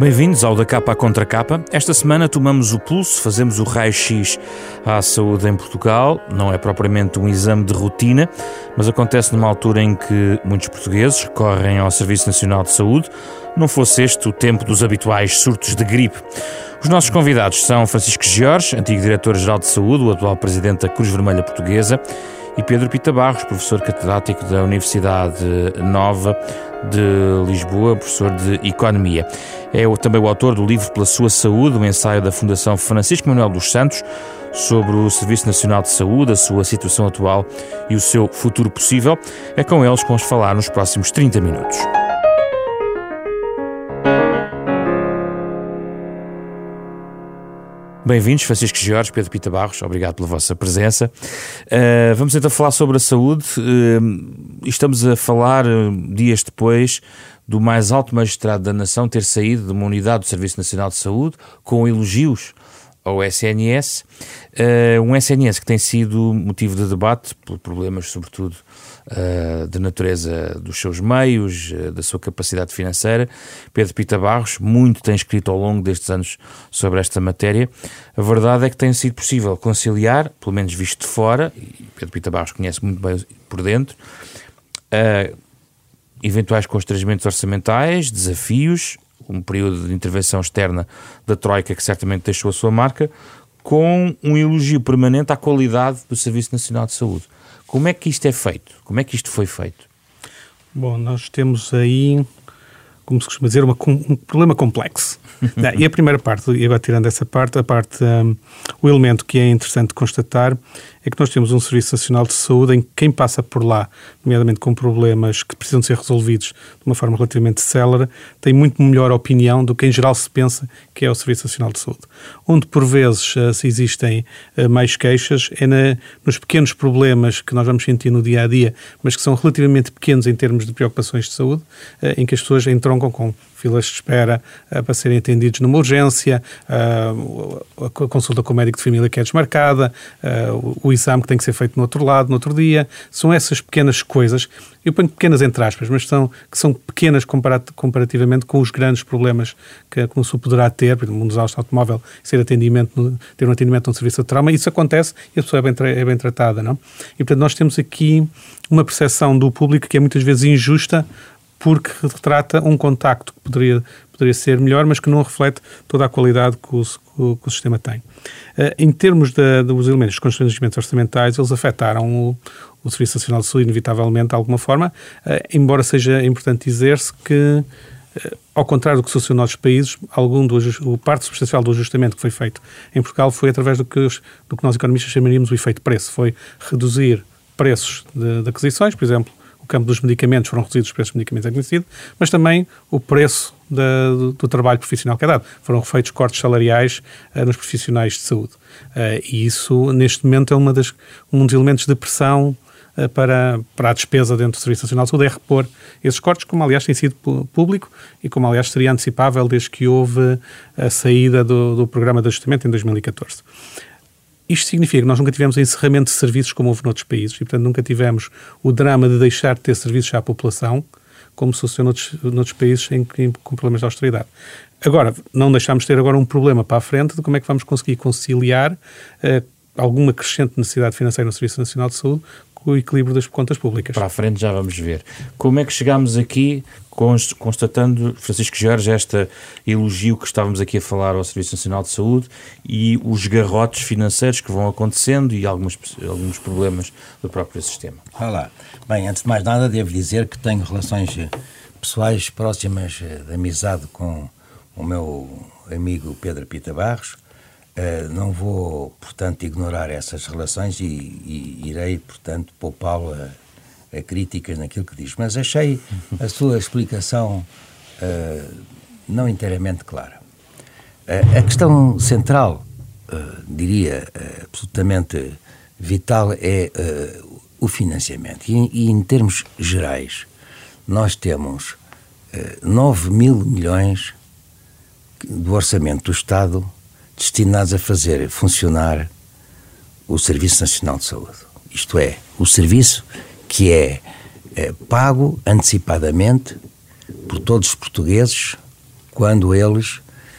Bem-vindos ao Da Capa à Contra Capa. Esta semana tomamos o pulso, fazemos o raio-x à saúde em Portugal. Não é propriamente um exame de rotina, mas acontece numa altura em que muitos portugueses recorrem ao Serviço Nacional de Saúde, não fosse este o tempo dos habituais surtos de gripe. Os nossos convidados são Francisco Jorge, antigo Diretor-Geral de Saúde, o atual Presidente da Cruz Vermelha Portuguesa, e Pedro Pita Barros, professor catedrático da Universidade Nova de Lisboa, professor de Economia. É também o autor do livro Pela Sua Saúde, um ensaio da Fundação Francisco Manuel dos Santos sobre o Serviço Nacional de Saúde, a sua situação atual e o seu futuro possível. É com eles que vamos falar nos próximos 30 minutos. Bem-vindos, Francisco Jorge, Pedro Pita Barros, obrigado pela vossa presença. Vamos então falar sobre a saúde. Estamos a falar dias depois do mais alto magistrado da nação ter saído de uma unidade do Serviço Nacional de Saúde com elogios ao SNS, um SNS que tem sido motivo de debate por problemas, sobretudo, de natureza dos seus meios, da sua capacidade financeira. Pedro Pita Barros muito tem escrito ao longo destes anos sobre esta matéria. A verdade é que tem sido possível conciliar, pelo menos visto de fora, e Pedro Pita Barros conhece muito bem por dentro, eventuais constrangimentos orçamentais, desafios, um período de intervenção externa da Troika que certamente deixou a sua marca, com um elogio permanente à qualidade do Serviço Nacional de Saúde. Como é que isto é feito? Como é que isto foi feito? Bom, nós temos aí, como se costuma dizer, um problema complexo. E a primeira parte, e agora tirando essa parte, o elemento que é interessante constatar é que nós temos um Serviço Nacional de Saúde em que quem passa por lá, nomeadamente com problemas que precisam de ser resolvidos de uma forma relativamente célere, tem muito melhor opinião do que em geral se pensa que é o Serviço Nacional de Saúde. Onde por vezes se existem mais queixas é nos pequenos problemas que nós vamos sentir no dia-a-dia, mas que são relativamente pequenos em termos de preocupações de saúde, em que as pessoas entroncam com filas de espera para serem atendidos numa urgência, a consulta com o médico de família que é desmarcada, o exame que tem que ser feito no outro lado, no outro dia. São essas pequenas coisas, eu ponho pequenas entre aspas, mas que são pequenas comparativamente com os grandes problemas que uma pessoa poderá ter, por exemplo, um desastre automóvel, ter um atendimento num serviço de trauma. Isso acontece e a pessoa é bem tratada, não? E, portanto, nós temos aqui uma percepção do público que é muitas vezes injusta, porque retrata um contacto que poderia ser melhor, mas que não reflete toda a qualidade que o sistema tem. Em termos dos elementos, dos constrangimentos orçamentais, eles afetaram o Serviço Nacional de Saúde, inevitavelmente, de alguma forma, embora seja importante dizer-se que, ao contrário do que sucedeu nos outros países, parte substancial do ajustamento que foi feito em Portugal foi através do que nós economistas chamaríamos o efeito preço. Foi reduzir preços de aquisições, por exemplo, o campo dos medicamentos, foram reduzidos os preços dos medicamentos, é conhecido, mas também o preço do trabalho profissional que é dado. Foram feitos cortes salariais nos profissionais de saúde. E isso, neste momento, é um dos elementos de pressão para a despesa dentro do Serviço Nacional de Saúde, é repor esses cortes, como aliás tem sido público e como aliás seria antecipável desde que houve a saída do programa de ajustamento em 2014. Isto significa que nós nunca tivemos encerramento de serviços como houve noutros países e, portanto, nunca tivemos o drama de deixar de ter serviços à população, como sucedeu noutros países com problemas de austeridade. Agora, não deixamos de ter agora um problema para a frente de como é que vamos conseguir conciliar alguma crescente necessidade financeira no Serviço Nacional de Saúde com o equilíbrio das contas públicas. Para a frente já vamos ver. Como é que chegámos aqui, constatando, Francisco Jorge, este elogio que estávamos aqui a falar ao Serviço Nacional de Saúde e os garrotes financeiros que vão acontecendo e alguns problemas do próprio sistema? Olá. Bem, antes de mais nada, devo dizer que tenho relações pessoais próximas de amizade com o meu amigo Pedro Pita Barros. Não vou, portanto, ignorar essas relações e irei, portanto, poupá-lo a críticas naquilo que diz. Mas achei a sua explicação não inteiramente clara. A questão central, diria, absolutamente vital, é o financiamento. E em termos gerais, nós temos 9 mil milhões do orçamento do Estado destinados a fazer funcionar o Serviço Nacional de Saúde. Isto é, o serviço que é pago antecipadamente por todos os portugueses quando eles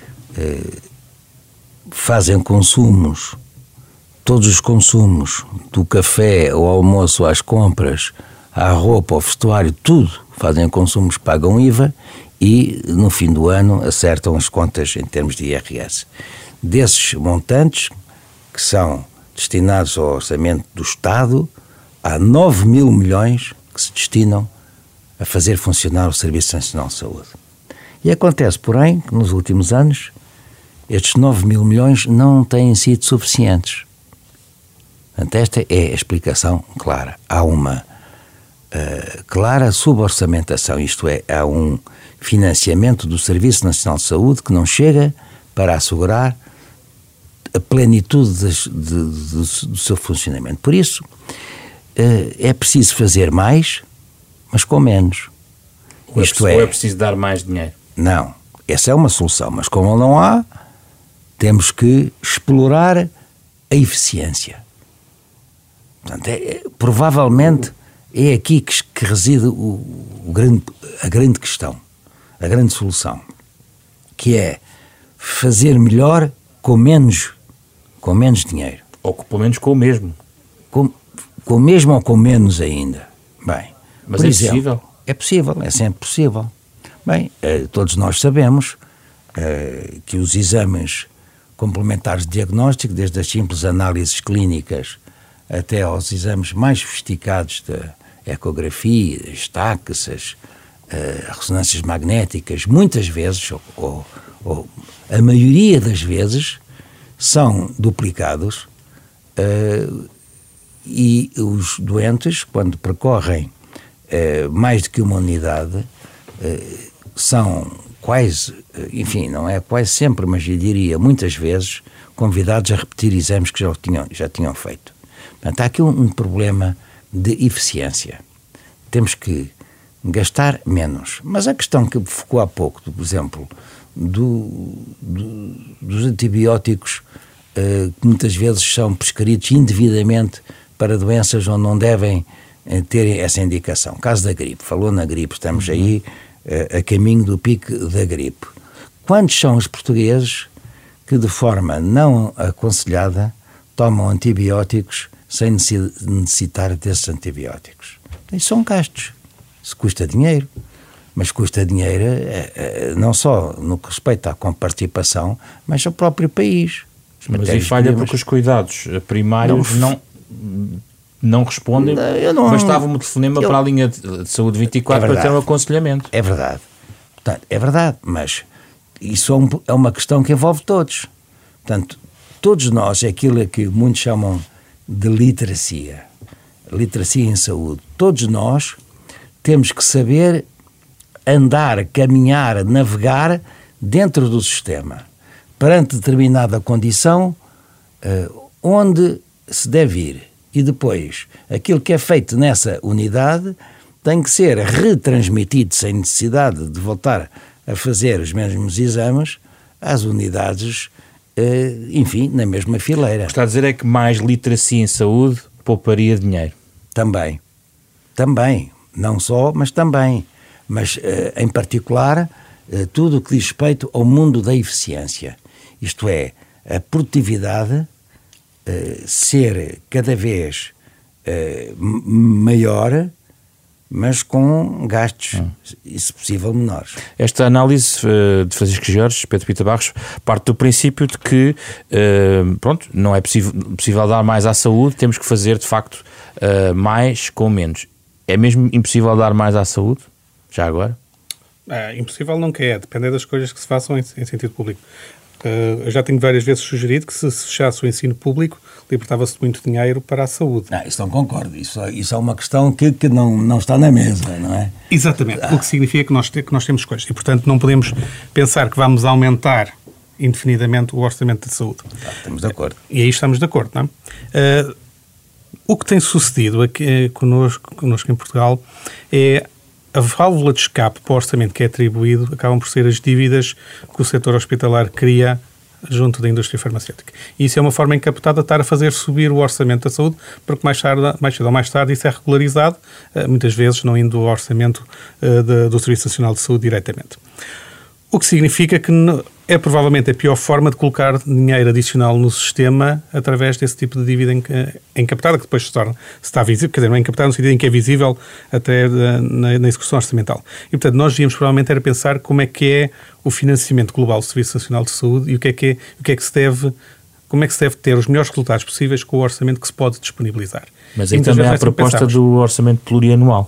fazem consumos, todos os consumos, do café ao almoço, às compras, à roupa, ao vestuário, tudo, fazem consumos, pagam IVA e no fim do ano acertam as contas em termos de IRS. Desses montantes, que são destinados ao orçamento do Estado, há 9 mil milhões que se destinam a fazer funcionar o Serviço Nacional de Saúde. E acontece, porém, que nos últimos anos estes 9 mil milhões não têm sido suficientes. Portanto, esta é a explicação clara. Há uma clara suborçamentação, isto é, há um financiamento do Serviço Nacional de Saúde que não chega para assegurar a plenitude do seu funcionamento. Por isso, é preciso fazer mais, mas com menos. Ou é preciso dar mais dinheiro? Não, essa é uma solução, mas como não há, temos que explorar a eficiência. Portanto, provavelmente é aqui que reside a grande questão, a grande solução, que é fazer melhor com menos dinheiro. Ou pelo menos com o mesmo. Com o mesmo ou com menos ainda. Bem, mas é possível? É possível, é sempre possível. Bem, todos nós sabemos que os exames complementares de diagnóstico, desde as simples análises clínicas até aos exames mais sofisticados da ecografia, as TACs, as ressonâncias magnéticas, muitas vezes, ou a maioria das vezes, são duplicados e os doentes, quando percorrem mais do que uma unidade, são quase, enfim, não é quase sempre, mas eu diria muitas vezes, convidados a repetir exames que já tinham feito. Portanto, há aqui um problema de eficiência. Temos que gastar menos. Mas a questão que focou há pouco, por exemplo, dos antibióticos que muitas vezes são prescritos indevidamente para doenças onde não devem ter essa indicação. Caso da gripe, falou na gripe, estamos aí a caminho do pico da gripe. Quantos são os portugueses que de forma não aconselhada tomam antibióticos sem necessitar desses antibióticos? Isso são gastos. Isso custa dinheiro. Mas custa dinheiro não só no que respeita à participação, mas ao próprio país. Mas aí falha porque os cuidados primários não respondem. Bastava um telefonema para a linha de saúde 24 para ter um aconselhamento. É verdade. Portanto, é verdade, mas isso é uma questão que envolve todos. Portanto, todos nós, é aquilo que muitos chamam de literacia em saúde. Todos nós temos que saber andar, caminhar, navegar dentro do sistema, perante determinada condição, onde se deve ir. E depois, aquilo que é feito nessa unidade tem que ser retransmitido sem necessidade de voltar a fazer os mesmos exames às unidades, enfim, na mesma fileira. O que está a dizer é que mais literacia em saúde pouparia dinheiro. Também. Não só, mas também. Mas, em particular, tudo o que diz respeito ao mundo da eficiência. Isto é, a produtividade ser cada vez maior, mas com gastos, se possível, menores. Esta análise de Francisco Jorge, Pedro Pita Barros, parte do princípio de que não é possível dar mais à saúde, temos que fazer, de facto, mais com menos. É mesmo impossível dar mais à saúde? Já agora? Impossível nunca é, depende das coisas que se façam em sentido público. Eu já tenho várias vezes sugerido que se fechasse o ensino público, libertava-se muito dinheiro para a saúde. Isso não concordo. Isso é uma questão que não está na mesa, não é? Exatamente. O que significa que nós temos coisas. E, portanto, não podemos pensar que vamos aumentar indefinidamente o orçamento de saúde. Estamos de acordo. E aí estamos de acordo, não é? O que tem sucedido aqui connosco em Portugal é a válvula de escape para o orçamento que é atribuído acabam por ser as dívidas que o setor hospitalar cria junto da indústria farmacêutica. E isso é uma forma encapotada de estar a fazer subir o orçamento da saúde, porque mais cedo ou mais tarde isso é regularizado, muitas vezes não indo ao orçamento do Serviço Nacional de Saúde diretamente. O que significa que é provavelmente a pior forma de colocar dinheiro adicional no sistema através desse tipo de dívida encapotada, que depois se está visível, quer dizer, não é encapotada no sentido em que é visível até na execução orçamental. E, portanto, nós devíamos provavelmente era pensar como é que é o financiamento global do Serviço Nacional de Saúde e como é que se deve ter os melhores resultados possíveis com o orçamento que se pode disponibilizar. Mas aí também há a proposta do orçamento plurianual.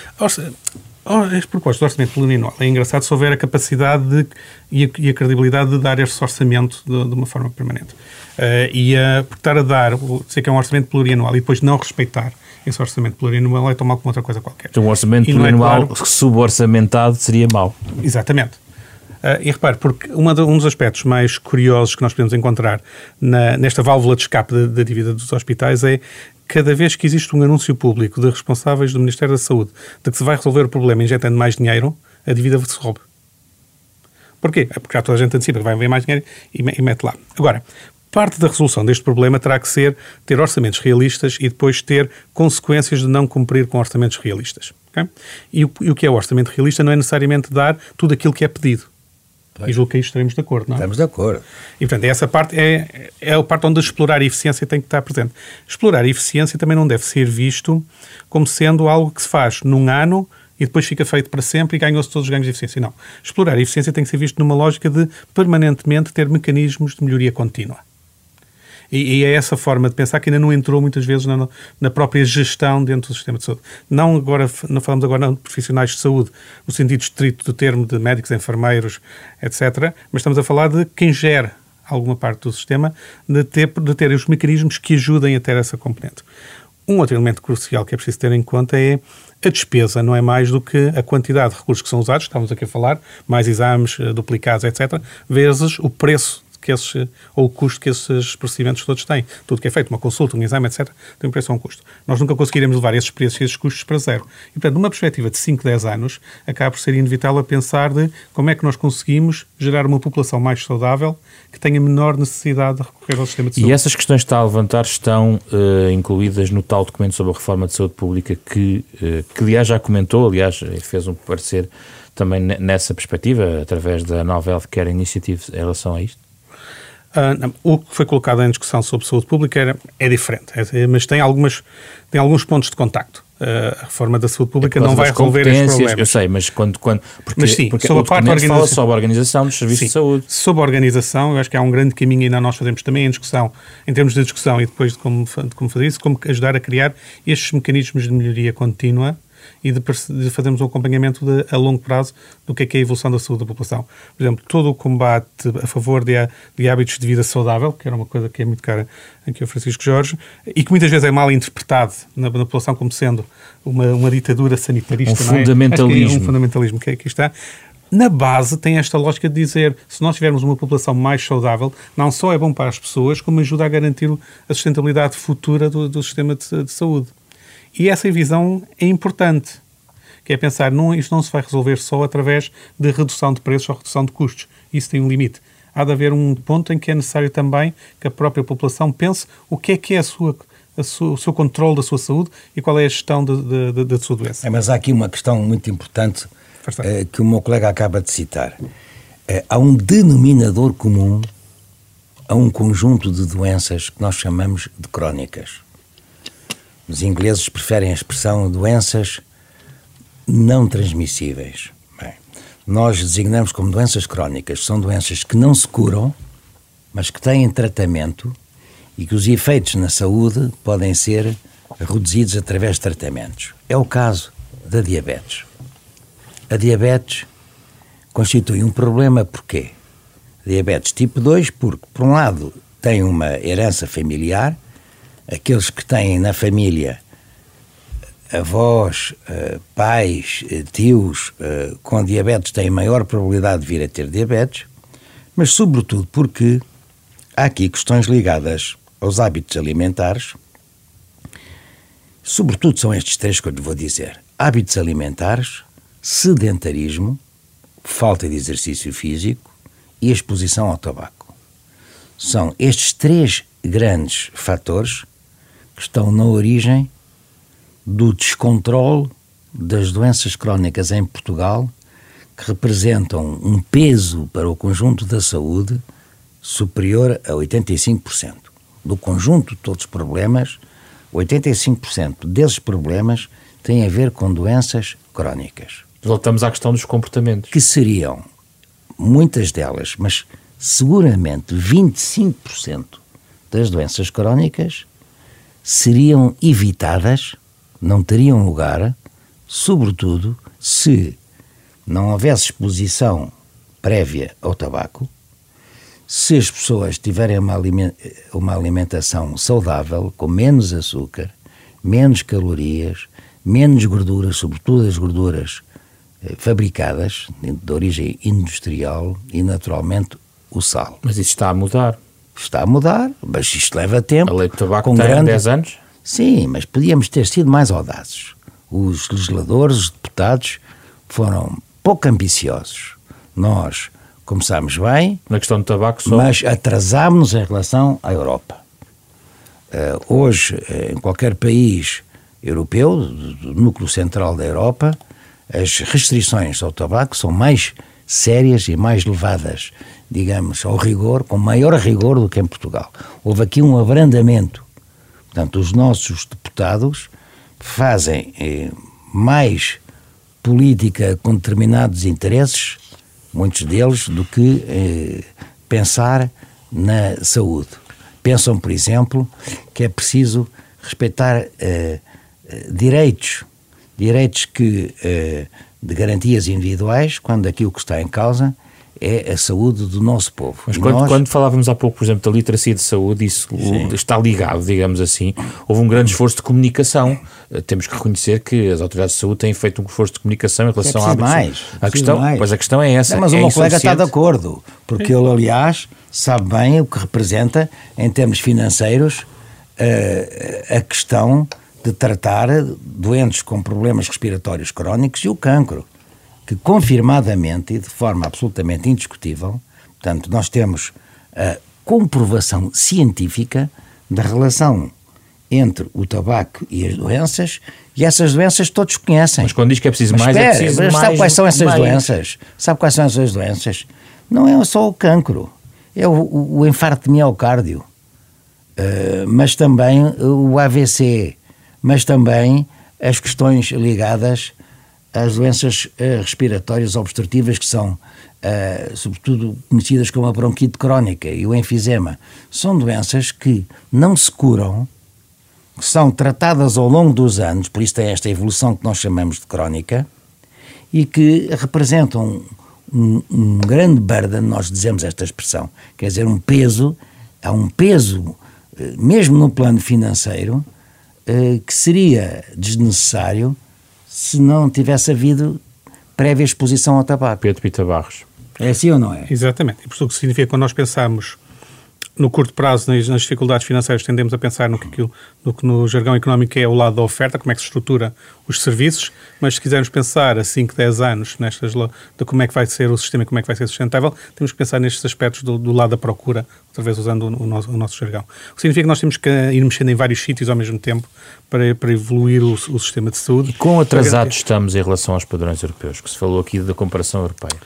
Este propósito do orçamento plurianual é engraçado se houver a capacidade e a credibilidade de dar este orçamento de uma forma permanente. Porque estar a dizer que é um orçamento plurianual e depois não respeitar esse orçamento plurianual é tomar como outra coisa qualquer. Então um orçamento plurianual suborçamentado seria mau. Exatamente. E repare, porque um dos aspectos mais curiosos que nós podemos encontrar nesta válvula de escape da dívida dos hospitais é cada vez que existe um anúncio público de responsáveis do Ministério da Saúde de que se vai resolver o problema injetando mais dinheiro, a dívida se sobe. Porquê? É porque já toda a gente antecipa que vai haver mais dinheiro e mete lá. Agora, parte da resolução deste problema terá que ser ter orçamentos realistas e depois ter consequências de não cumprir com orçamentos realistas. Okay? E o que é o orçamento realista não é necessariamente dar tudo aquilo que é pedido. E julgo que aí estaremos de acordo, não é? Estamos de acordo. E, portanto, essa parte é a parte onde explorar a eficiência tem que estar presente. Explorar a eficiência também não deve ser visto como sendo algo que se faz num ano e depois fica feito para sempre e ganhou-se todos os ganhos de eficiência. Não. Explorar a eficiência tem que ser visto numa lógica de permanentemente ter mecanismos de melhoria contínua. E é essa forma de pensar que ainda não entrou muitas vezes na própria gestão dentro do sistema de saúde. Não falamos agora de profissionais de saúde, no sentido estrito do termo de médicos, enfermeiros, etc. Mas estamos a falar de quem gera alguma parte do sistema, de ter os mecanismos que ajudem a ter essa componente. Um outro elemento crucial que é preciso ter em conta é a despesa, não é mais do que a quantidade de recursos que são usados, estamos aqui a falar, mais exames duplicados, etc., vezes o preço ou o custo que esses procedimentos todos têm. Tudo que é feito, uma consulta, um exame, etc., tem um preço ou um custo. Nós nunca conseguiremos levar esses preços e esses custos para zero. E, portanto, numa perspectiva de 5, 10 anos, acaba por ser inevitável a pensar de como é que nós conseguimos gerar uma população mais saudável que tenha menor necessidade de recorrer ao sistema de saúde. E essas questões que está a levantar estão incluídas no tal documento sobre a reforma de saúde pública que aliás, já comentou, fez um parecer também nessa perspectiva, através da nova Healthcare Initiative em relação a isto? O que foi colocado em discussão sobre saúde pública é diferente, mas tem alguns pontos de contacto. A reforma da saúde pública não vai resolver estes problemas. Eu sei, mas porque sobre a parte da organização, fala sobre a organização dos serviços de saúde. Sobre a organização, eu acho que há um grande caminho ainda nós fazemos também em discussão, em termos de discussão e depois de como fazer isso, como ajudar a criar estes mecanismos de melhoria contínua e de fazermos um acompanhamento a longo prazo do que é a evolução da saúde da população. Por exemplo, todo o combate a favor de hábitos de vida saudável, que era uma coisa que é muito cara aqui ao Francisco Jorge, e que muitas vezes é mal interpretado na população como sendo uma ditadura sanitarista. Um fundamentalismo. Um fundamentalismo que aqui está. Na base tem esta lógica de dizer, se nós tivermos uma população mais saudável, não só é bom para as pessoas, como ajuda a garantir a sustentabilidade futura do sistema de saúde. E essa visão é importante, que é pensar, isto não se vai resolver só através de redução de preços ou redução de custos. Isso tem um limite. Há de haver um ponto em que é necessário também que a própria população pense o que é o seu controle da sua saúde e qual é a gestão da sua doença. Mas há aqui uma questão muito importante que o meu colega acaba de citar. Há um denominador comum a um conjunto de doenças que nós chamamos de crónicas. Os ingleses preferem a expressão doenças não transmissíveis. Bem, nós designamos como doenças crónicas. São doenças que não se curam, mas que têm tratamento e que os efeitos na saúde podem ser reduzidos através de tratamentos. É o caso da diabetes. A diabetes constitui um problema porquê? Diabetes tipo 2 porque, por um lado, tem uma herança familiar. Aqueles que têm na família avós, pais, tios com diabetes têm maior probabilidade de vir a ter diabetes, mas sobretudo porque há aqui questões ligadas aos hábitos alimentares. Sobretudo são estes três que eu lhe vou dizer: hábitos alimentares, sedentarismo, falta de exercício físico e exposição ao tabaco. São estes três grandes fatores que estão na origem do descontrole das doenças crónicas em Portugal, que representam um peso para o conjunto da saúde superior a 85%. Do conjunto de todos os problemas, 85% desses problemas têm a ver com doenças crónicas. Voltamos à questão dos comportamentos. Que seriam, muitas delas, mas seguramente 25% das doenças crónicas seriam evitadas, não teriam lugar, sobretudo se não houvesse exposição prévia ao tabaco, se as pessoas tiverem uma alimentação saudável, com menos açúcar, menos calorias, menos gorduras, sobretudo as gorduras fabricadas, de origem industrial, e naturalmente o sal. Mas isso está a mudar. Está a mudar, mas isto leva tempo. A lei do tabaco tem 10 anos? Sim, mas podíamos ter sido mais audazes. Os legisladores, os deputados, foram pouco ambiciosos. Nós começámos bem, na questão do tabaco só, mas atrasámos-nos em relação à Europa. Hoje, em qualquer país europeu, do núcleo central da Europa, as restrições ao tabaco são mais sérias e mais levadas, digamos, ao rigor, com maior rigor do que em Portugal. Houve aqui um abrandamento. Portanto, os nossos deputados fazem mais política com determinados interesses, muitos deles, do que pensar na saúde. Pensam, por exemplo, que é preciso respeitar direitos que, de garantias individuais, quando aqui o que está em causa é a saúde do nosso povo. Mas quando falávamos há pouco, por exemplo, da literacia de saúde, isso está ligado, digamos assim. Houve um grande esforço de comunicação. Temos que reconhecer que as autoridades de saúde têm feito um esforço de comunicação em relação à questão. Pois a questão é essa. Não, mas o meu colega está de acordo, porque ele, aliás, sabe bem o que representa, em termos financeiros, a questão de tratar doentes com problemas respiratórios crónicos e o cancro, que confirmadamente e de forma absolutamente indiscutível, portanto, nós temos a comprovação científica da relação entre o tabaco e as doenças, e essas doenças todos conhecem. Mas quando diz que é preciso mais, espera, é preciso mais. Sabe quais são essas doenças? Sabe quais são essas doenças? Não é só o cancro, é o infarto de miocárdio, mas também o AVC, mas também as questões ligadas às doenças respiratórias obstrutivas, que são, sobretudo, conhecidas como a bronquite crónica e o enfisema. São doenças que não se curam, que são tratadas ao longo dos anos, por isso tem esta evolução que nós chamamos de crónica, e que representam um grande burden, nós dizemos esta expressão, quer dizer, há um peso, mesmo no plano financeiro, que seria desnecessário se não tivesse havido prévia exposição ao tabaco. Pedro Pita Barros. É assim ou não é? Exatamente. E por isso o que significa, quando nós pensamos no curto prazo nas dificuldades financeiras, tendemos a pensar no que no jargão económico é o lado da oferta, como é que se estrutura os serviços, mas se quisermos pensar a 5, 10 anos de como é que vai ser o sistema e como é que vai ser sustentável, temos que pensar nestes aspectos do lado da procura, outra vez usando o nosso jargão. O que significa que nós temos que ir mexendo em vários sítios ao mesmo tempo para evoluir o sistema de saúde. E quão atrasados estamos em relação aos padrões europeus, que se falou aqui da comparação europeia?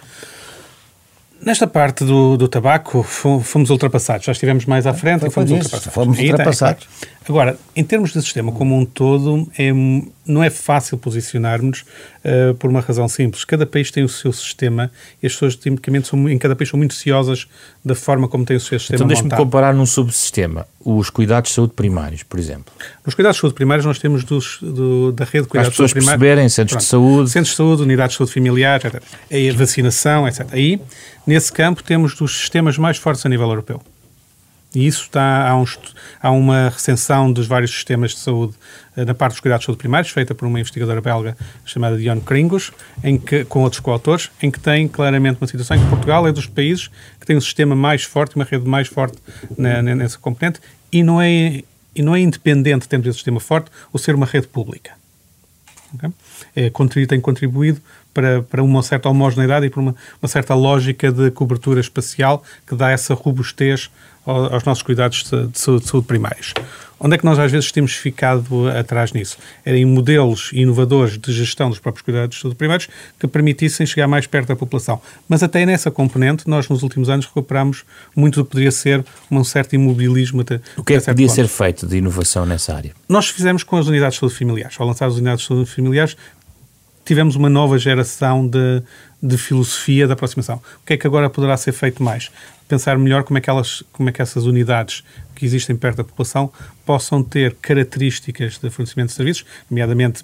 Nesta parte do tabaco fomos ultrapassados, já estivemos mais à frente e fomos ultrapassados. Fomos ultrapassados. Agora, em termos de sistema como um todo, não é fácil posicionarmos por uma razão simples. Cada país tem o seu sistema e as pessoas tipicamente em cada país são muito ciosas da forma como tem o seu sistema montado. Então deixe-me comparar num subsistema os cuidados de saúde primários, por exemplo. Nos cuidados de saúde primários nós temos da rede de cuidados de saúde primários. As pessoas perceberem, centros de saúde. Centros de saúde, unidades de saúde familiar, etc. A vacinação, etc. Aí, nesse campo, temos dos sistemas mais fortes a nível europeu. E isso há uma recensão dos vários sistemas de saúde na parte dos cuidados de saúde primários, feita por uma investigadora belga chamada Dionne Kringos, com outros coautores, em que tem claramente uma situação em que Portugal é dos países que tem um sistema mais forte, uma rede mais forte nessa componente, e não é independente de termos esse sistema forte ou ser uma rede pública. Okay? Tem contribuído para uma certa homogeneidade e para uma certa lógica de cobertura espacial que dá essa robustez aos nossos cuidados de saúde primários. Onde é que nós às vezes temos ficado atrás nisso? Era em modelos inovadores de gestão dos próprios cuidados de saúde primários que permitissem chegar mais perto da população. Mas até nessa componente, nós nos últimos anos recuperamos muito do que poderia ser um certo imobilismo. O que é que podia ser feito de inovação nessa área? Nós fizemos com as unidades de saúde familiares. Ao lançar as unidades de saúde familiares, tivemos uma nova geração de filosofia de aproximação. O que é que agora poderá ser feito mais? Pensar melhor como é que essas unidades que existem perto da população possam ter características de fornecimento de serviços, nomeadamente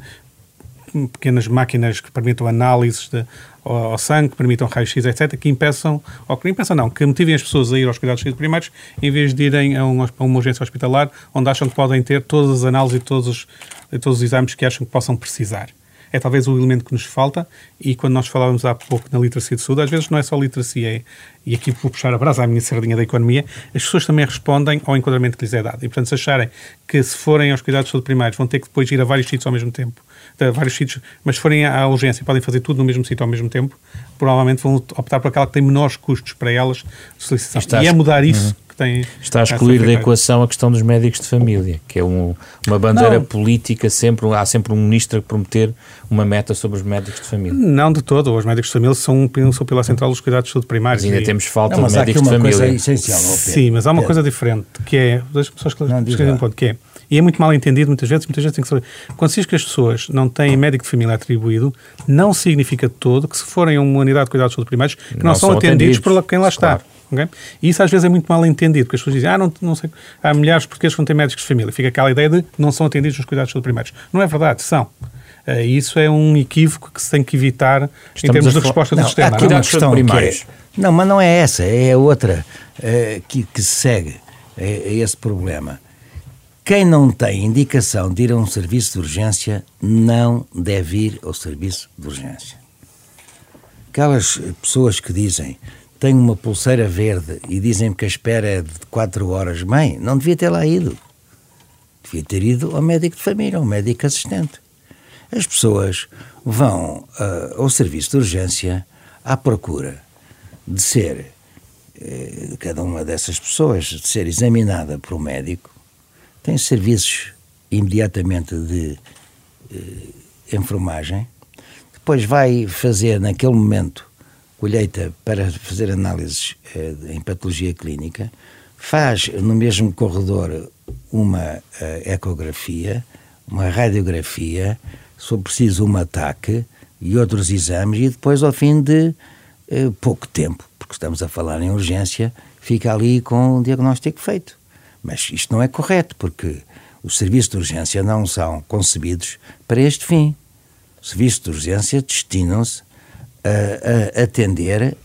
pequenas máquinas que permitam análises ao sangue, que permitam raio-x, etc., que motivem as pessoas a ir aos cuidados primários em vez de irem a uma urgência hospitalar onde acham que podem ter todas as análises e todos os exames que acham que possam precisar. É talvez o elemento que nos falta, e quando nós falávamos há pouco na literacia de saúde, às vezes não é só literacia, e aqui vou puxar a brasa à minha sardinha da economia, as pessoas também respondem ao enquadramento que lhes é dado. E, portanto, se acharem que se forem aos cuidados de saúde primários vão ter que depois ir a vários sítios ao mesmo tempo, mas se forem à urgência e podem fazer tudo no mesmo sítio ao mesmo tempo, provavelmente vão optar por aquela que tem menores custos para elas de solicitação. E é mudar isso. Está a excluir da equação a questão dos médicos de família, que é uma bandeira política, há sempre um ministro a prometer uma meta sobre os médicos de família. Não de todo, os médicos de família são pela central dos cuidados de saúde primários. Mas ainda temos falta de médicos de família. Coisa essencial, sim, mas há uma coisa diferente, que é, deixa-me só esclarecer um ponto, que é, e é muito mal entendido muitas vezes tem que saber, quando se diz que as pessoas não têm médico de família atribuído, não significa de todo que se forem a uma unidade de cuidados de saúde primários, que não são atendidos por quem lá está. Claro. Okay? E isso às vezes é muito mal entendido, porque as pessoas dizem, não sei, há milhares de portugueses que não têm médicos de família. Fica aquela ideia de não são atendidos nos cuidados de saúde primários. Não é verdade, são. Isso é um equívoco que se tem que evitar em termos de resposta do sistema. Há aqui uma questão primários. Não, mas não é essa, é outra que se segue a esse problema. Quem não tem indicação de ir a um serviço de urgência não deve ir ao serviço de urgência. Aquelas pessoas que dizem tenho uma pulseira verde e dizem-me que a espera é de 4 horas, bem, não devia ter lá ido. Devia ter ido ao médico de família, ao médico assistente. As pessoas vão ao serviço de urgência à procura de ser, cada uma dessas pessoas, de ser examinada por um médico, tem serviços imediatamente de enfermagem, depois vai fazer naquele momento colheita para fazer análises em patologia clínica, faz no mesmo corredor uma ecografia, uma radiografia, se for preciso um ataque e outros exames, e depois ao fim de pouco tempo, porque estamos a falar em urgência, fica ali com o diagnóstico feito. Mas isto não é correto, porque os serviços de urgência não são concebidos para este fim. Os serviços de urgência destinam-se a atender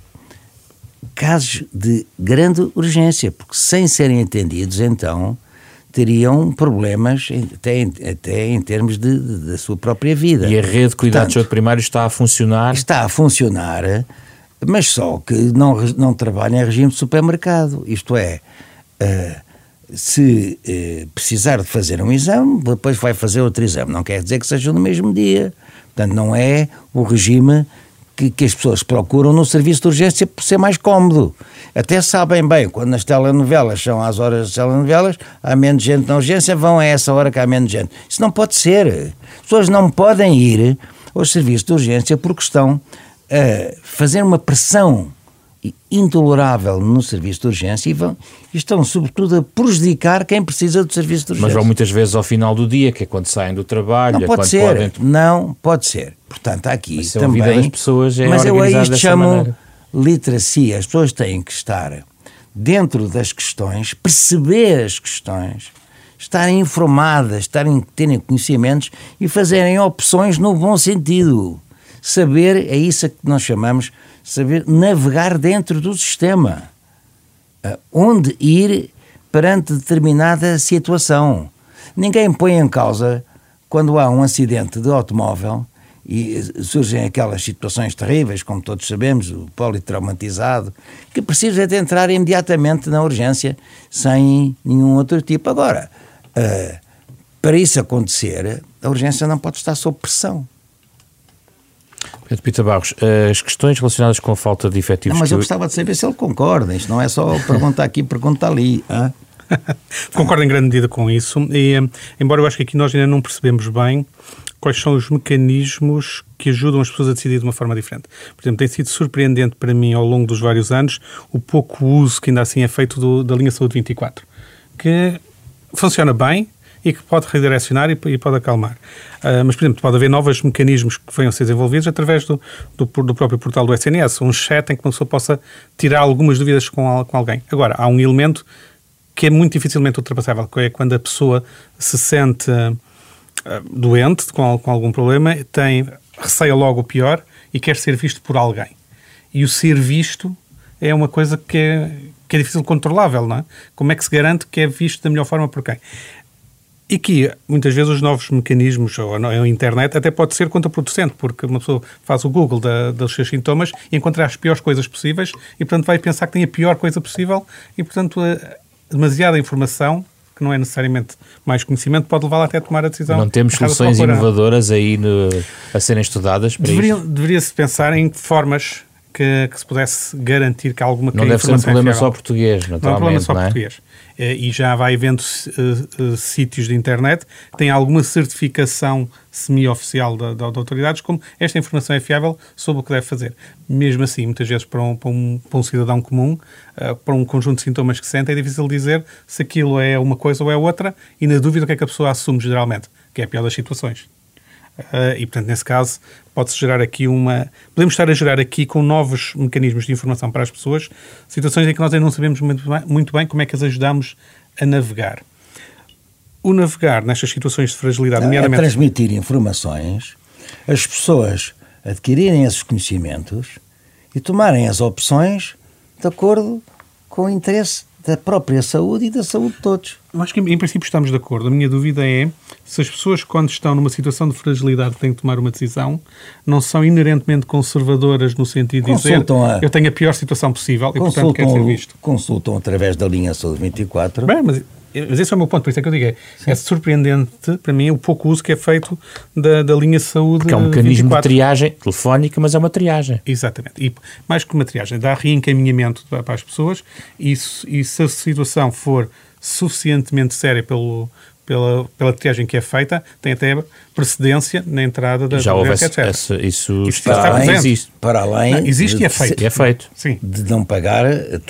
casos de grande urgência, porque sem serem atendidos, então, teriam problemas até em termos da sua própria vida. E a rede de cuidados de saúde primários está a funcionar? Está a funcionar, mas só que não trabalha em regime de supermercado. Isto é, se precisar de fazer um exame, depois vai fazer outro exame. Não quer dizer que seja no mesmo dia. Portanto, não é o regime que as pessoas procuram no serviço de urgência por ser mais cómodo. Até sabem bem, quando as telenovelas são às horas das telenovelas, há menos gente na urgência, vão a essa hora que há menos gente. Isso não pode ser. As pessoas não podem ir aos serviços de urgência porque estão a fazer uma pressão intolerável no serviço de urgência e estão sobretudo a prejudicar quem precisa do serviço de urgência. Mas vão muitas vezes ao final do dia, que é quando saem do trabalho. Não pode ser, não pode ser. Portanto, há aqui mas também... a vida das pessoas é mas eu a isto chamo maneira. Literacia. As pessoas têm que estar dentro das questões, perceber as questões, estarem informadas, terem conhecimentos e fazerem opções no bom sentido. Saber, é isso que nós chamamos, saber navegar dentro do sistema. Onde ir perante determinada situação. Ninguém põe em causa, quando há um acidente de automóvel e surgem aquelas situações terríveis, como todos sabemos, o politraumatizado, que precisa de entrar imediatamente na urgência sem nenhum outro tipo. Agora, para isso acontecer, a urgência não pode estar sob pressão. Pedro Pita Barros, as questões relacionadas com a falta de efetivos... Não, mas eu gostava de saber se ele concorda. Isto não é só pergunta aqui, pergunta ali. Concordo em grande medida com isso. E, embora eu acho que aqui nós ainda não percebemos bem quais são os mecanismos que ajudam as pessoas a decidir de uma forma diferente. Por exemplo, tem sido surpreendente para mim, ao longo dos vários anos, o pouco uso que ainda assim é feito da linha Saúde 24, que funciona bem e que pode redirecionar e pode acalmar. Mas, por exemplo, pode haver novos mecanismos que venham a ser desenvolvidos através do próprio portal do SNS, um chat em que uma pessoa possa tirar algumas dúvidas com alguém. Agora, há um elemento que é muito dificilmente ultrapassável, que é quando a pessoa se sente doente, com algum problema, receia logo o pior e quer ser visto por alguém. E o ser visto é uma coisa que é difícil controlável, não é? Como é que se garante que é visto da melhor forma por quem? E aqui, muitas vezes, os novos mecanismos, ou a internet, até pode ser contraproducente, porque uma pessoa faz o Google dos seus sintomas e encontra as piores coisas possíveis e, portanto, vai pensar que tem a pior coisa possível e, portanto, demasiada informação, que não é necessariamente mais conhecimento, pode levá-la até a tomar a decisão. Não temos soluções inovadoras aí a serem estudadas para isto? Deveria-se pensar em formas que se pudesse garantir que alguma não deve ser um problema só português, naturalmente. Não é um problema só português. E já vai havendo sítios de internet que têm alguma certificação semi-oficial da autoridades, como esta informação é fiável sobre o que deve fazer. Mesmo assim, muitas vezes para um cidadão comum, para um conjunto de sintomas que sente, é difícil dizer se aquilo é uma coisa ou é outra, e na dúvida o que é que a pessoa assume geralmente, que é a pior das situações. E, portanto, nesse caso, pode-se gerar aqui podemos estar a gerar aqui, com novos mecanismos de informação para as pessoas, situações em que nós ainda não sabemos muito bem como é que as ajudamos a navegar. O navegar nestas situações de fragilidade, nomeadamente... A transmitir informações, as pessoas adquirirem esses conhecimentos e tomarem as opções de acordo com o interesse da própria saúde e da saúde de todos. Acho que, em princípio, estamos de acordo. A minha dúvida é se as pessoas, quando estão numa situação de fragilidade, têm que tomar uma decisão, não são inerentemente conservadoras no sentido de dizer eu tenho a pior situação possível e, portanto, quero ser visto. Consultam através da linha Saúde 24. Bem, mas esse é o meu ponto, por isso é que eu digo. É surpreendente, para mim, o pouco uso que é feito da linha Saúde 24. Porque é um mecanismo de triagem telefónica, mas é uma triagem. Exatamente. E mais que uma triagem, dá reencaminhamento para as pessoas e se a situação for suficientemente séria pela triagem que é feita, tem até precedência na entrada da já houve etc. Isso está presente. Existe. Para além não, existe e é feito. É feito. Sim. De não pagar a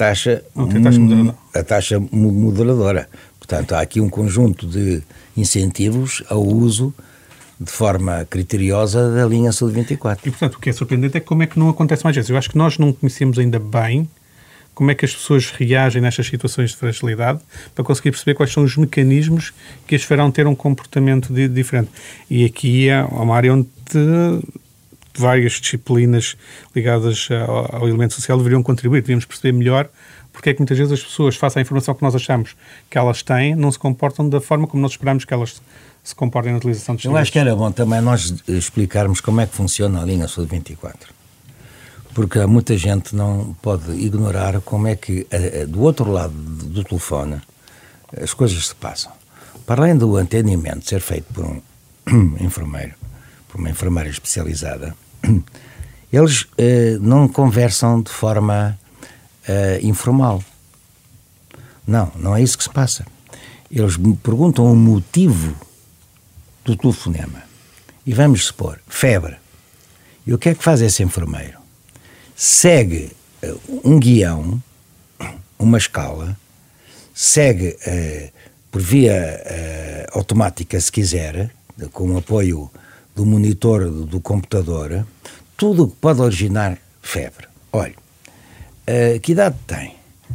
taxa moderadora. Portanto, há aqui um conjunto de incentivos ao uso de forma criteriosa da linha Saúde 24. E, portanto, o que é surpreendente é como é que não acontece mais vezes. Eu acho que nós não conhecemos ainda bem como é que as pessoas reagem nestas situações de fragilidade para conseguir perceber quais são os mecanismos que as farão ter um comportamento diferente. E aqui é uma área onde várias disciplinas ligadas ao elemento social deveriam contribuir. Devíamos perceber melhor porque é que muitas vezes as pessoas, face à informação que nós achamos que elas têm, não se comportam da forma como nós esperamos que elas se comportem na utilização de serviços. Eu acho que era bom também nós explicarmos como é que funciona a linha Saúde 24. Porque muita gente não pode ignorar como é que, do outro lado do telefone, as coisas se passam. Para além do atendimento ser feito por um enfermeiro, por uma enfermeira especializada, eles não conversam de forma informal. Não é isso que se passa. Eles me perguntam o motivo do telefonema. E vamos supor, febre. E o que é que faz esse enfermeiro? Segue um guião, uma escala, segue por via automática, se quiser, com o apoio do monitor do computador, tudo o que pode originar febre. Olha, que idade tem?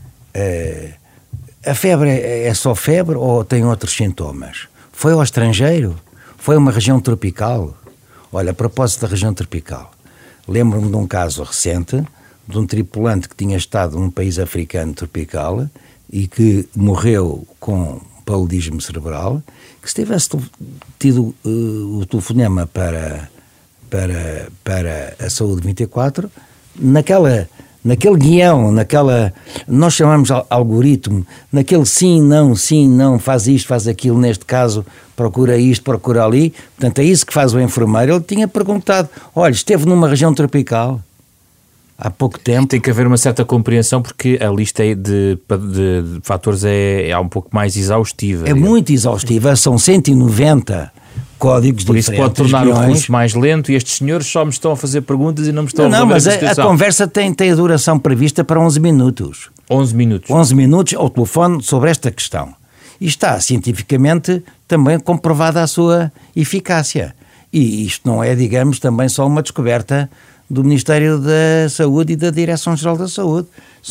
A febre é só febre ou tem outros sintomas? Foi ao estrangeiro? Foi a uma região tropical? Olha, a propósito da região tropical, lembro-me de um caso recente de um tripulante que tinha estado num país africano tropical e que morreu com paludismo cerebral, que se tivesse tido o telefonema para a Saúde 24, naquele guião, nós chamamos algoritmo, naquele sim, não, faz isto, faz aquilo, neste caso, procura isto, procura ali. Portanto, é isso que faz o enfermeiro. Ele tinha perguntado, olha, esteve numa região tropical há pouco tempo. Tem que haver uma certa compreensão, porque a lista de fatores é um pouco mais exaustiva. É muito exaustiva, são 190 códigos por diferentes. Por isso pode tornar o curso mais lento, e estes senhores só me estão a fazer perguntas e não me estão a resolver a situação. Mas a conversa tem a duração prevista para 11 minutos. 11 minutos? 11 minutos ao telefone sobre esta questão. E está cientificamente também comprovada a sua eficácia. E isto não é, digamos, também só uma descoberta do Ministério da Saúde e da Direção-Geral da Saúde.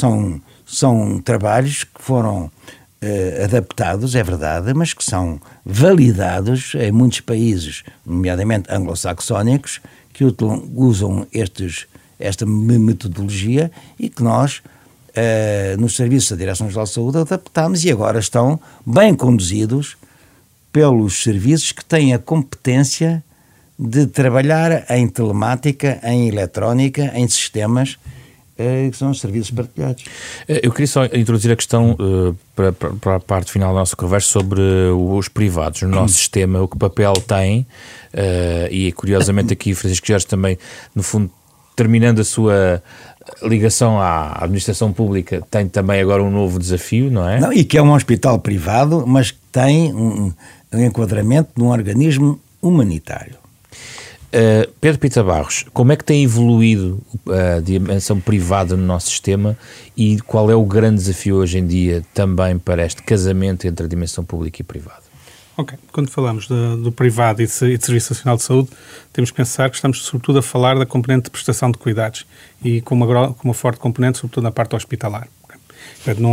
São trabalhos que foram adaptados, é verdade, mas que são validados em muitos países, nomeadamente anglo-saxónicos, que usam esta metodologia e que nós, nos serviços da Direção-Geral da Saúde, adaptamos e agora estão bem conduzidos pelos serviços que têm a competência de trabalhar em telemática, em eletrónica, em sistemas, que são os serviços partilhados. Eu queria só introduzir a questão para a parte final da nossa conversa sobre os privados no nosso sistema, o que papel tem, e curiosamente aqui Francisco Jorge também, no fundo, terminando a sua ligação à administração pública, tem também agora um novo desafio, não é? Não, e que é um hospital privado, mas que tem um enquadramento de um organismo humanitário. Pedro Pita Barros, como é que tem evoluído a dimensão privada no nosso sistema e qual é o grande desafio hoje em dia também para este casamento entre a dimensão pública e privada? Ok, quando falamos do privado e de Serviço Nacional de Saúde, temos que pensar que estamos sobretudo a falar da componente de prestação de cuidados e com uma forte componente sobretudo na parte hospitalar. Okay? Portanto,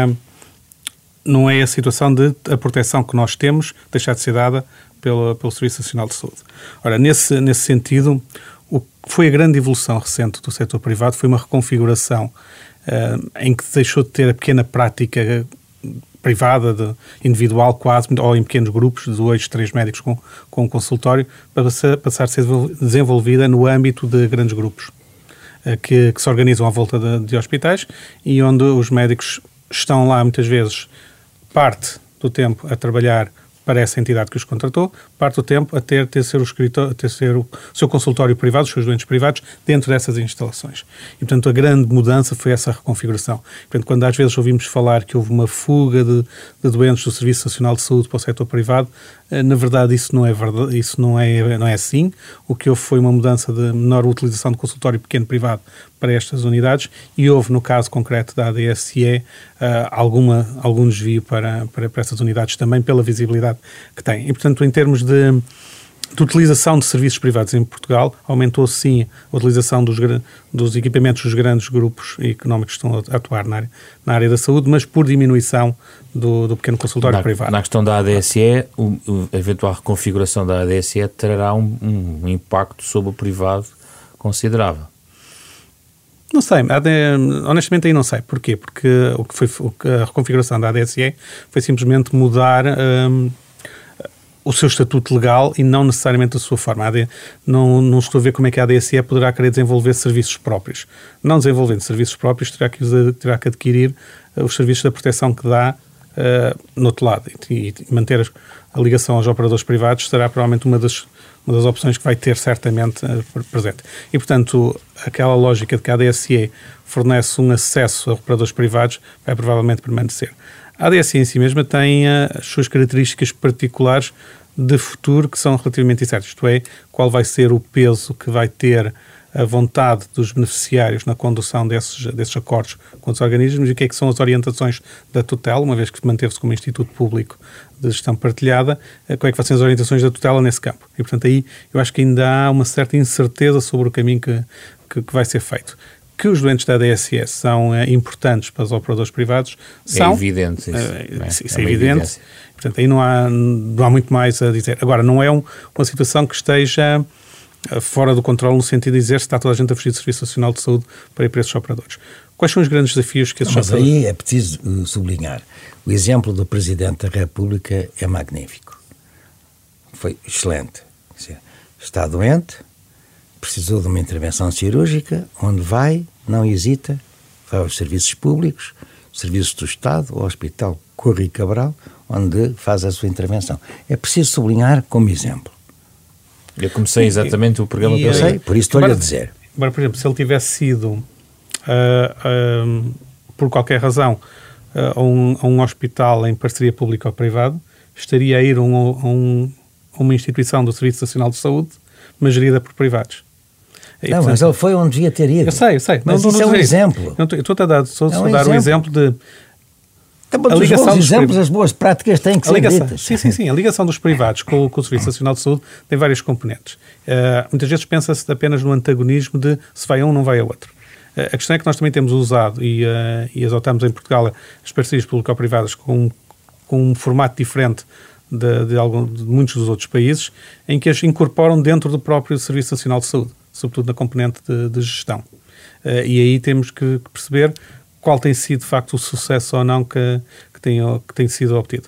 não é a situação de a proteção que nós temos deixar de ser dada pelo Serviço Nacional de Saúde. Ora, nesse sentido, o que foi a grande evolução recente do setor privado foi uma reconfiguração em que deixou de ter a pequena prática privada, individual quase, ou em pequenos grupos de 2, 3 médicos com um consultório, para passar a ser desenvolvida no âmbito de grandes grupos que se organizam à volta de hospitais e onde os médicos estão lá muitas vezes parte do tempo a trabalhar para essa entidade que os contratou, parte do tempo a ter o seu consultório privado, os seus doentes privados, dentro dessas instalações. E, portanto, a grande mudança foi essa reconfiguração. Portanto, quando às vezes ouvimos falar que houve uma fuga de doentes do Serviço Nacional de Saúde para o setor privado, na verdade isso não é verdade, isso não é assim. O que houve foi uma mudança de menor utilização de consultório pequeno privado para estas unidades e houve, no caso concreto da ADSE, algum desvio para essas unidades também pela visibilidade que têm. E, portanto, em termos de utilização de serviços privados em Portugal, aumentou sim a utilização dos equipamentos dos grandes grupos económicos que estão a atuar na área da saúde, mas por diminuição do pequeno consultório privado. Na questão da ADSE, a eventual reconfiguração da ADSE terá um impacto sobre o privado considerável. Não sei, honestamente aí não sei. Porquê? Porque a reconfiguração da ADSE foi simplesmente mudar o seu estatuto legal e não necessariamente a sua forma. Não estou a ver como é que a ADSE poderá querer desenvolver serviços próprios. Não desenvolvendo serviços próprios, terá que adquirir os serviços da proteção que dá no outro lado. E manter a ligação aos operadores privados será provavelmente uma das opções que vai ter certamente presente. E, portanto, aquela lógica de que a ADSE fornece um acesso a operadores privados vai provavelmente permanecer. A ADSE em si mesma tem as suas características particulares de futuro que são relativamente incertas, isto é, qual vai ser o peso que vai ter a vontade dos beneficiários na condução desses acordos com os organismos e o que é que são as orientações da tutela, uma vez que manteve-se como Instituto Público de Gestão Partilhada, qual é que vão ser as orientações da tutela nesse campo. E, portanto, aí eu acho que ainda há uma certa incerteza sobre o caminho que vai ser feito. Que os doentes da ADSE são importantes para os operadores privados são... É evidente isso. Isso é evidente. Portanto, aí não há muito mais a dizer. Agora, não é uma situação que esteja fora do controle no sentido de dizer se está toda a gente a fugir do Serviço Nacional de Saúde para ir para esses operadores. Quais são os grandes desafios que esses operadores... Mas aí é preciso sublinhar. O exemplo do Presidente da República é magnífico. Foi excelente. Está doente, precisou de uma intervenção cirúrgica, onde vai, não hesita, vai aos serviços públicos, serviços do Estado, ao Hospital Correia e Cabral, onde faz a sua intervenção. É preciso sublinhar como exemplo. Eu comecei exatamente o programa Eu sei, por isso estou-lhe a dizer. Agora, por exemplo, se ele tivesse sido, por qualquer razão, a um hospital em parceria pública ou privado, estaria a ir a uma instituição do Serviço Nacional de Saúde, mas gerida por privados. Não, portanto, mas ele foi onde devia ter ido. Eu sei. Mas isso é um exemplo. Eu estou a dar um exemplo de... A ligação dos exemplos, as boas práticas têm que ser ditas. Sim. A ligação dos privados com o Serviço Nacional de Saúde tem várias componentes. Muitas vezes pensa-se apenas no antagonismo de se vai a um, não vai a outro. A questão é que nós também temos usado e adotamos em Portugal as parcerias público-privadas com um formato diferente de muitos dos outros países, em que as incorporam dentro do próprio Serviço Nacional de Saúde, sobretudo na componente de gestão. E aí temos que perceber qual tem sido, de facto, o sucesso ou não que tem sido obtido.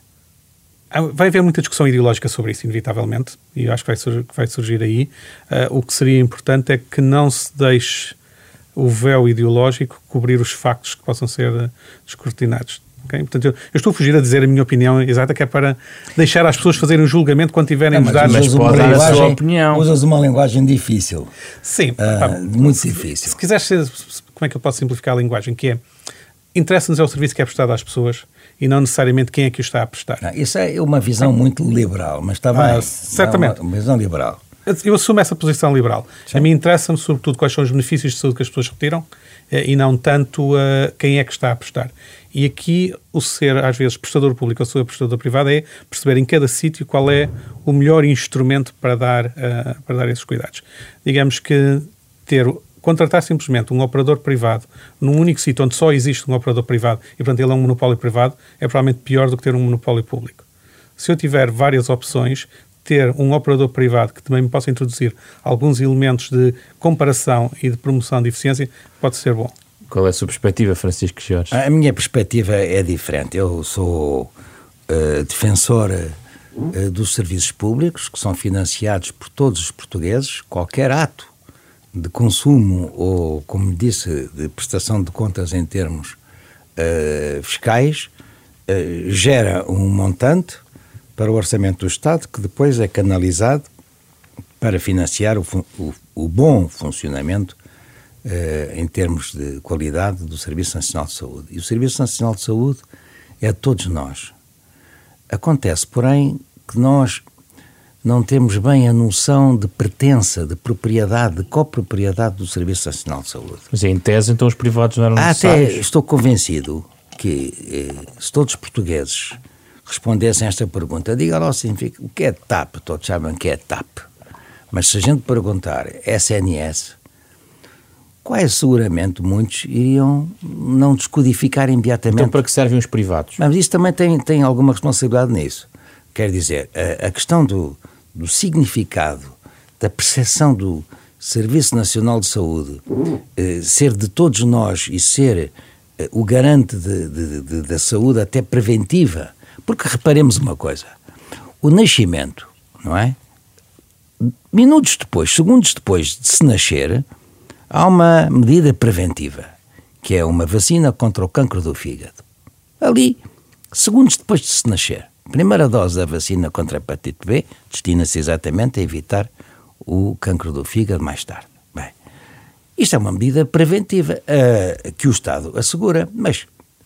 Vai haver muita discussão ideológica sobre isso, inevitavelmente, e eu acho que vai surgir aí. O que seria importante é que não se deixe o véu ideológico cobrir os factos que possam ser escrutinados. Okay? Portanto, eu estou a fugir a dizer a minha opinião exata, que é para deixar as pessoas fazerem um julgamento quando tiverem os dados. Mas pode dar a sua opinião. Usas uma linguagem difícil. Sim. Muito difícil. Se quiseres ser... Como é que eu posso simplificar a linguagem? Que é, interessa-nos é o serviço que é prestado às pessoas e não necessariamente quem é que o está a prestar. Não, isso é uma visão muito liberal, mas está bem. Certamente. É uma visão liberal. Eu assumo essa posição liberal. Sim. A mim interessa-me, sobretudo, quais são os benefícios de saúde que as pessoas retiram e não tanto quem é que está a prestar. E aqui, o ser, às vezes, prestador público ou ser prestador privado é perceber em cada sítio qual é o melhor instrumento para dar esses cuidados. Digamos que contratar simplesmente um operador privado num único sítio onde só existe um operador privado e, portanto, ele é um monopólio privado, é provavelmente pior do que ter um monopólio público. Se eu tiver várias opções, ter um operador privado que também me possa introduzir alguns elementos de comparação e de promoção de eficiência, pode ser bom. Qual é a sua perspectiva, Francisco Jorge? A minha perspectiva é diferente. Eu sou defensor dos serviços públicos, que são financiados por todos os portugueses. Qualquer ato de consumo ou, como disse, de prestação de contas em termos fiscais, gera um montante para o orçamento do Estado, que depois é canalizado para financiar o bom funcionamento em termos de qualidade do Serviço Nacional de Saúde. E o Serviço Nacional de Saúde é de todos nós. Acontece, porém, que nós não temos bem a noção de pertença, de propriedade, de copropriedade do Serviço Nacional de Saúde. Mas em tese, então, os privados não eram necessários? Até estou convencido que, se todos os portugueses respondessem a esta pergunta, diga lá o que é TAP, todos sabem que é TAP, mas se a gente perguntar SNS, quais seguramente muitos iriam não descodificar imediatamente. Então para que servem os privados? Mas isso também tem alguma responsabilidade nisso. Quer dizer, a questão do significado, da percepção do Serviço Nacional de Saúde ser de todos nós e ser o garante da saúde até preventiva. Porque reparemos uma coisa, o nascimento, não é? Minutos depois, segundos depois de se nascer, há uma medida preventiva, que é uma vacina contra o cancro do fígado. Ali, segundos depois de se nascer, a primeira dose da vacina contra a hepatite B destina-se exatamente a evitar o cancro do fígado mais tarde. Bem, isto é uma medida preventiva que o Estado assegura, mas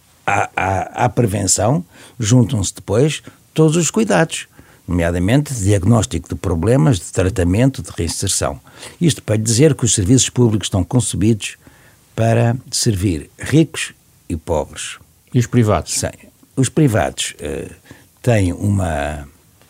à prevenção juntam-se depois todos os cuidados, nomeadamente de diagnóstico de problemas, de tratamento, de reinserção. Isto para dizer que os serviços públicos estão concebidos para servir ricos e pobres. E os privados? Sim. Os privados têm uma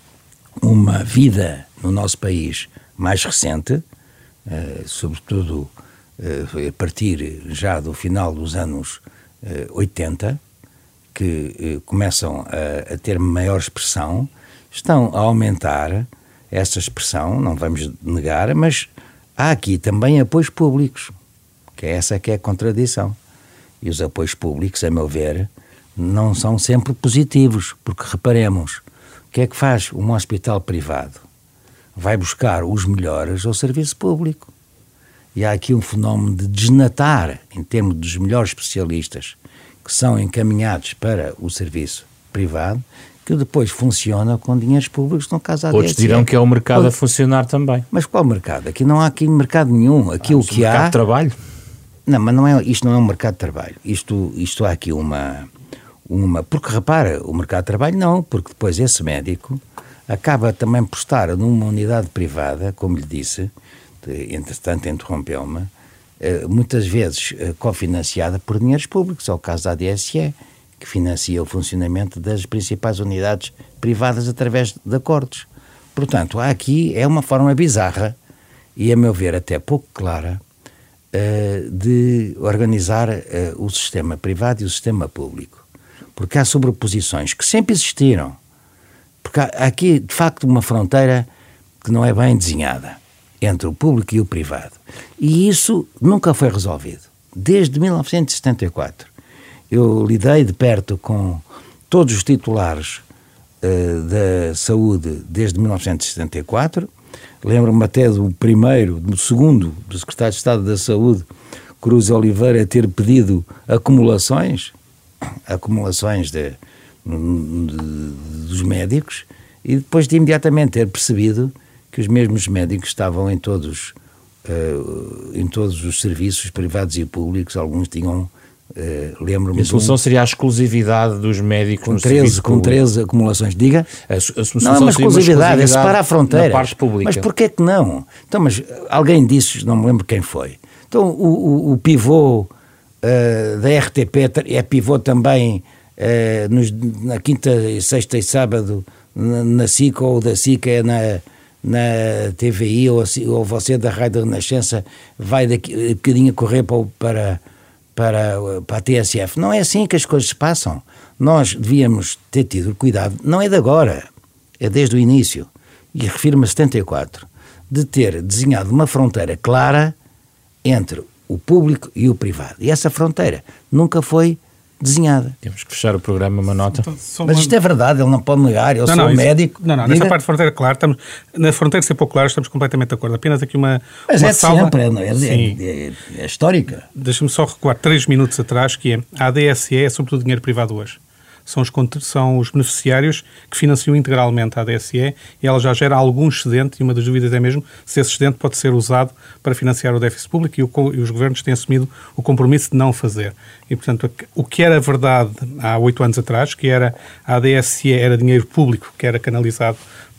vida no nosso país mais recente, sobretudo a partir já do final dos anos 80, que começam a ter maior expressão, estão a aumentar essa expressão, não vamos negar, mas há aqui também apoios públicos, que essa que é a contradição. E os apoios públicos, a meu ver, não são sempre positivos, porque reparemos, o que é que faz um hospital privado? Vai buscar os melhores ao serviço público. e há aqui um fenómeno de desnatar, em termos dos melhores especialistas, que são encaminhados para o serviço privado, que depois funciona com dinheiros públicos, no caso da ADSE. Outros dirão que é o mercado a funcionar também. Mas qual mercado? Aqui não há mercado nenhum. Aqui o que há... mercado de trabalho? Não, mas isto não é um mercado de trabalho. Isto há aqui uma... Porque repara, o mercado de trabalho não, porque depois esse médico acaba também por estar numa unidade privada, como lhe disse, entretanto interrompeu-me, muitas vezes cofinanciada por dinheiros públicos. É o caso da ADSE, que financia o funcionamento das principais unidades privadas através de acordos. Portanto, aqui é uma forma bizarra e, a meu ver, até pouco clara, de organizar o sistema privado e o sistema público. Porque há sobreposições que sempre existiram. Porque há aqui, de facto, uma fronteira que não é bem desenhada entre o público e o privado. E isso nunca foi resolvido. Desde 1974. Eu lidei de perto com todos os titulares da saúde desde 1974. Lembro-me até do segundo, do secretário de Estado da Saúde, Cruz Oliveira, ter pedido acumulações dos médicos, e depois de imediatamente ter percebido que os mesmos médicos estavam em todos os serviços privados e públicos. Alguns tinham, lembro-me... A solução seria a exclusividade dos médicos no serviço público. Com 13 acumulações. Diga? A solução não é uma exclusividade, é separar a fronteira. Na parte pública. Mas porquê que não? Então, mas alguém disse, não me lembro quem foi. Então, o pivô da RTP é pivô também na quinta, sexta e sábado na SIC, ou da SIC é na TVI, ou você da Rádio Renascença vai daqui um bocadinho a correr para a TSF. Não é assim que as coisas se passam. Nós devíamos ter tido cuidado, não é de agora, é desde o início, e refiro-me a 74, de ter desenhado uma fronteira clara entre o público e o privado. E essa fronteira nunca foi desenhada. Temos que fechar o programa, uma nota. Mas isto é verdade, ele não pode negar, eu sou médico. Não, nessa parte de fronteira, claro, na fronteira de ser pouco claro, estamos completamente de acordo. Apenas aqui uma salva... sempre, é histórica. Deixa-me só recuar 3 minutos atrás, que é a ADSE é sobretudo dinheiro privado hoje. São os beneficiários que financiam integralmente a ADSE, e ela já gera algum excedente, e uma das dúvidas é mesmo se esse excedente pode ser usado para financiar o déficit público, e os governos têm assumido o compromisso de não fazer. E, portanto, o que era verdade há 8 anos atrás, que era a ADSE era dinheiro público que era canalizado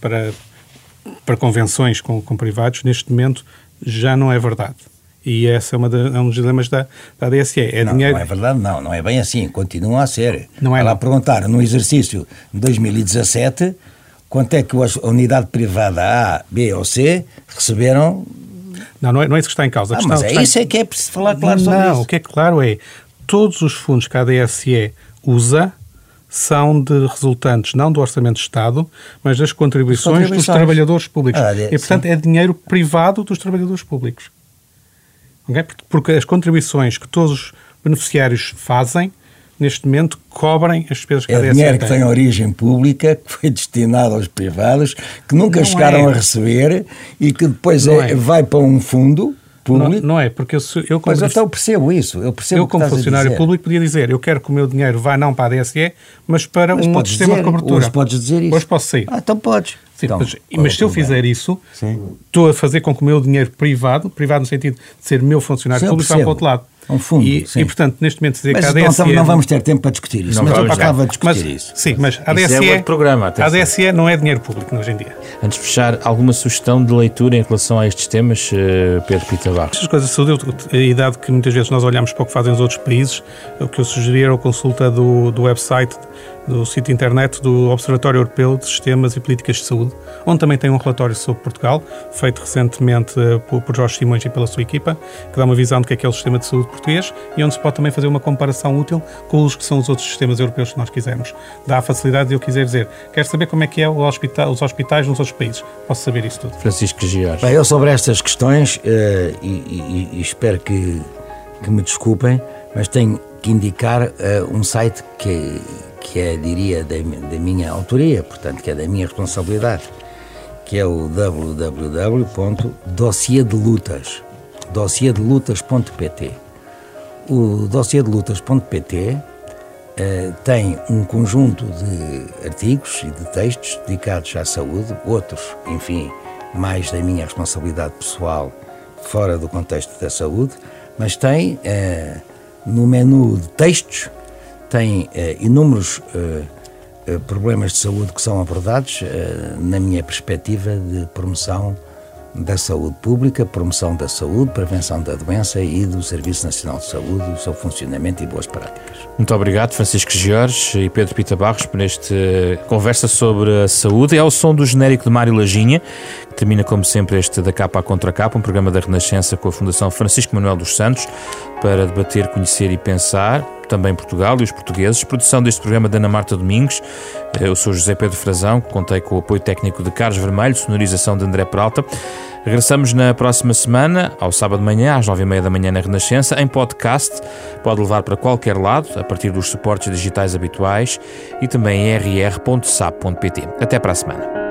para convenções com privados, neste momento já não é verdade. E esse é um dos dilemas da ADSE. Não é verdade, não é bem assim, continua a ser. Não é. Ela perguntar no exercício de 2017 quanto é que a unidade privada A, B ou C receberam. Não é isso que está em causa. Mas isso é que é preciso falar claro sobre isso. Não, o que é claro é todos os fundos que a ADSE usa são de resultantes não do Orçamento de Estado, mas das contribuições dos trabalhadores públicos. E, portanto, é dinheiro privado dos trabalhadores públicos. Okay? Porque as contribuições que todos os beneficiários fazem, neste momento, cobrem as despesas que a ADSE tem. É dinheiro que tem origem pública, que foi destinado aos privados, que nunca chegaram a receber e que depois vai para um fundo público. Não é, porque eu mas até eu percebo isso. Eu como funcionário público, podia dizer, eu quero que o meu dinheiro vá não para a ADSE, mas para um outro sistema de cobertura. Hoje podes dizer isso. Hoje posso sair. Então podes. Sim, então, mas se eu fizer isso, estou a fazer com que o meu dinheiro privado no sentido de ser meu funcionário público, vá para o outro lado. Um fundo, e, portanto, neste momento dizer mas que a ADSE... Então não vamos ter tempo para discutir isso. Mas eu gostava de discutir isso. Sim, mas a ADSE, a ADSE não é dinheiro público hoje em dia. Antes de fechar, alguma sugestão de leitura em relação a estes temas, Pedro Pita Barros? Estas coisas de saúde, e dado que muitas vezes nós olhamos para o que fazem os outros países, o que eu sugeri era a consulta do website, do sítio internet do Observatório Europeu de Sistemas e Políticas de Saúde, onde também tem um relatório sobre Portugal, feito recentemente por Jorge Simões e pela sua equipa, que dá uma visão do que é o sistema de saúde português e onde se pode também fazer uma comparação útil com os que são os outros sistemas europeus que nós quisermos. Dá a facilidade de eu quiser dizer, quero saber como é que é os hospitais nos outros países. Posso saber isso tudo. Francisco Giares. Bem, eu sobre estas questões, e espero que me desculpem, mas tenho que indicar um site que é, diria, da minha autoria, portanto, que é da minha responsabilidade, que é o www.dossiedelutas, dossiedelutas.pt. O dossiedelutas.pt tem um conjunto de artigos e de textos dedicados à saúde, outros, enfim, mais da minha responsabilidade pessoal, fora do contexto da saúde, mas tem, no menu de textos, tem inúmeros problemas de saúde que são abordados na minha perspectiva de promoção da saúde pública, promoção da saúde, prevenção da doença e do Serviço Nacional de Saúde, o seu funcionamento e boas práticas. Muito obrigado, Francisco Jorge e Pedro Pita Barros, por esta conversa sobre a saúde. É ao som do genérico de Mário Laginha, que termina, como sempre, este Da Capa à Contra Capa, um programa da Renascença com a Fundação Francisco Manuel dos Santos, para debater, conhecer e pensar também Portugal e os portugueses. Produção deste programa da Ana Marta Domingos. Eu sou José Pedro Frazão, contei com o apoio técnico de Carlos Vermelho, sonorização de André Peralta. Regressamos na próxima semana, ao sábado de manhã, às 9h30 da manhã na Renascença, em podcast. Pode levar para qualquer lado, a partir dos suportes digitais habituais e também em rr.sap.pt. Até para a semana.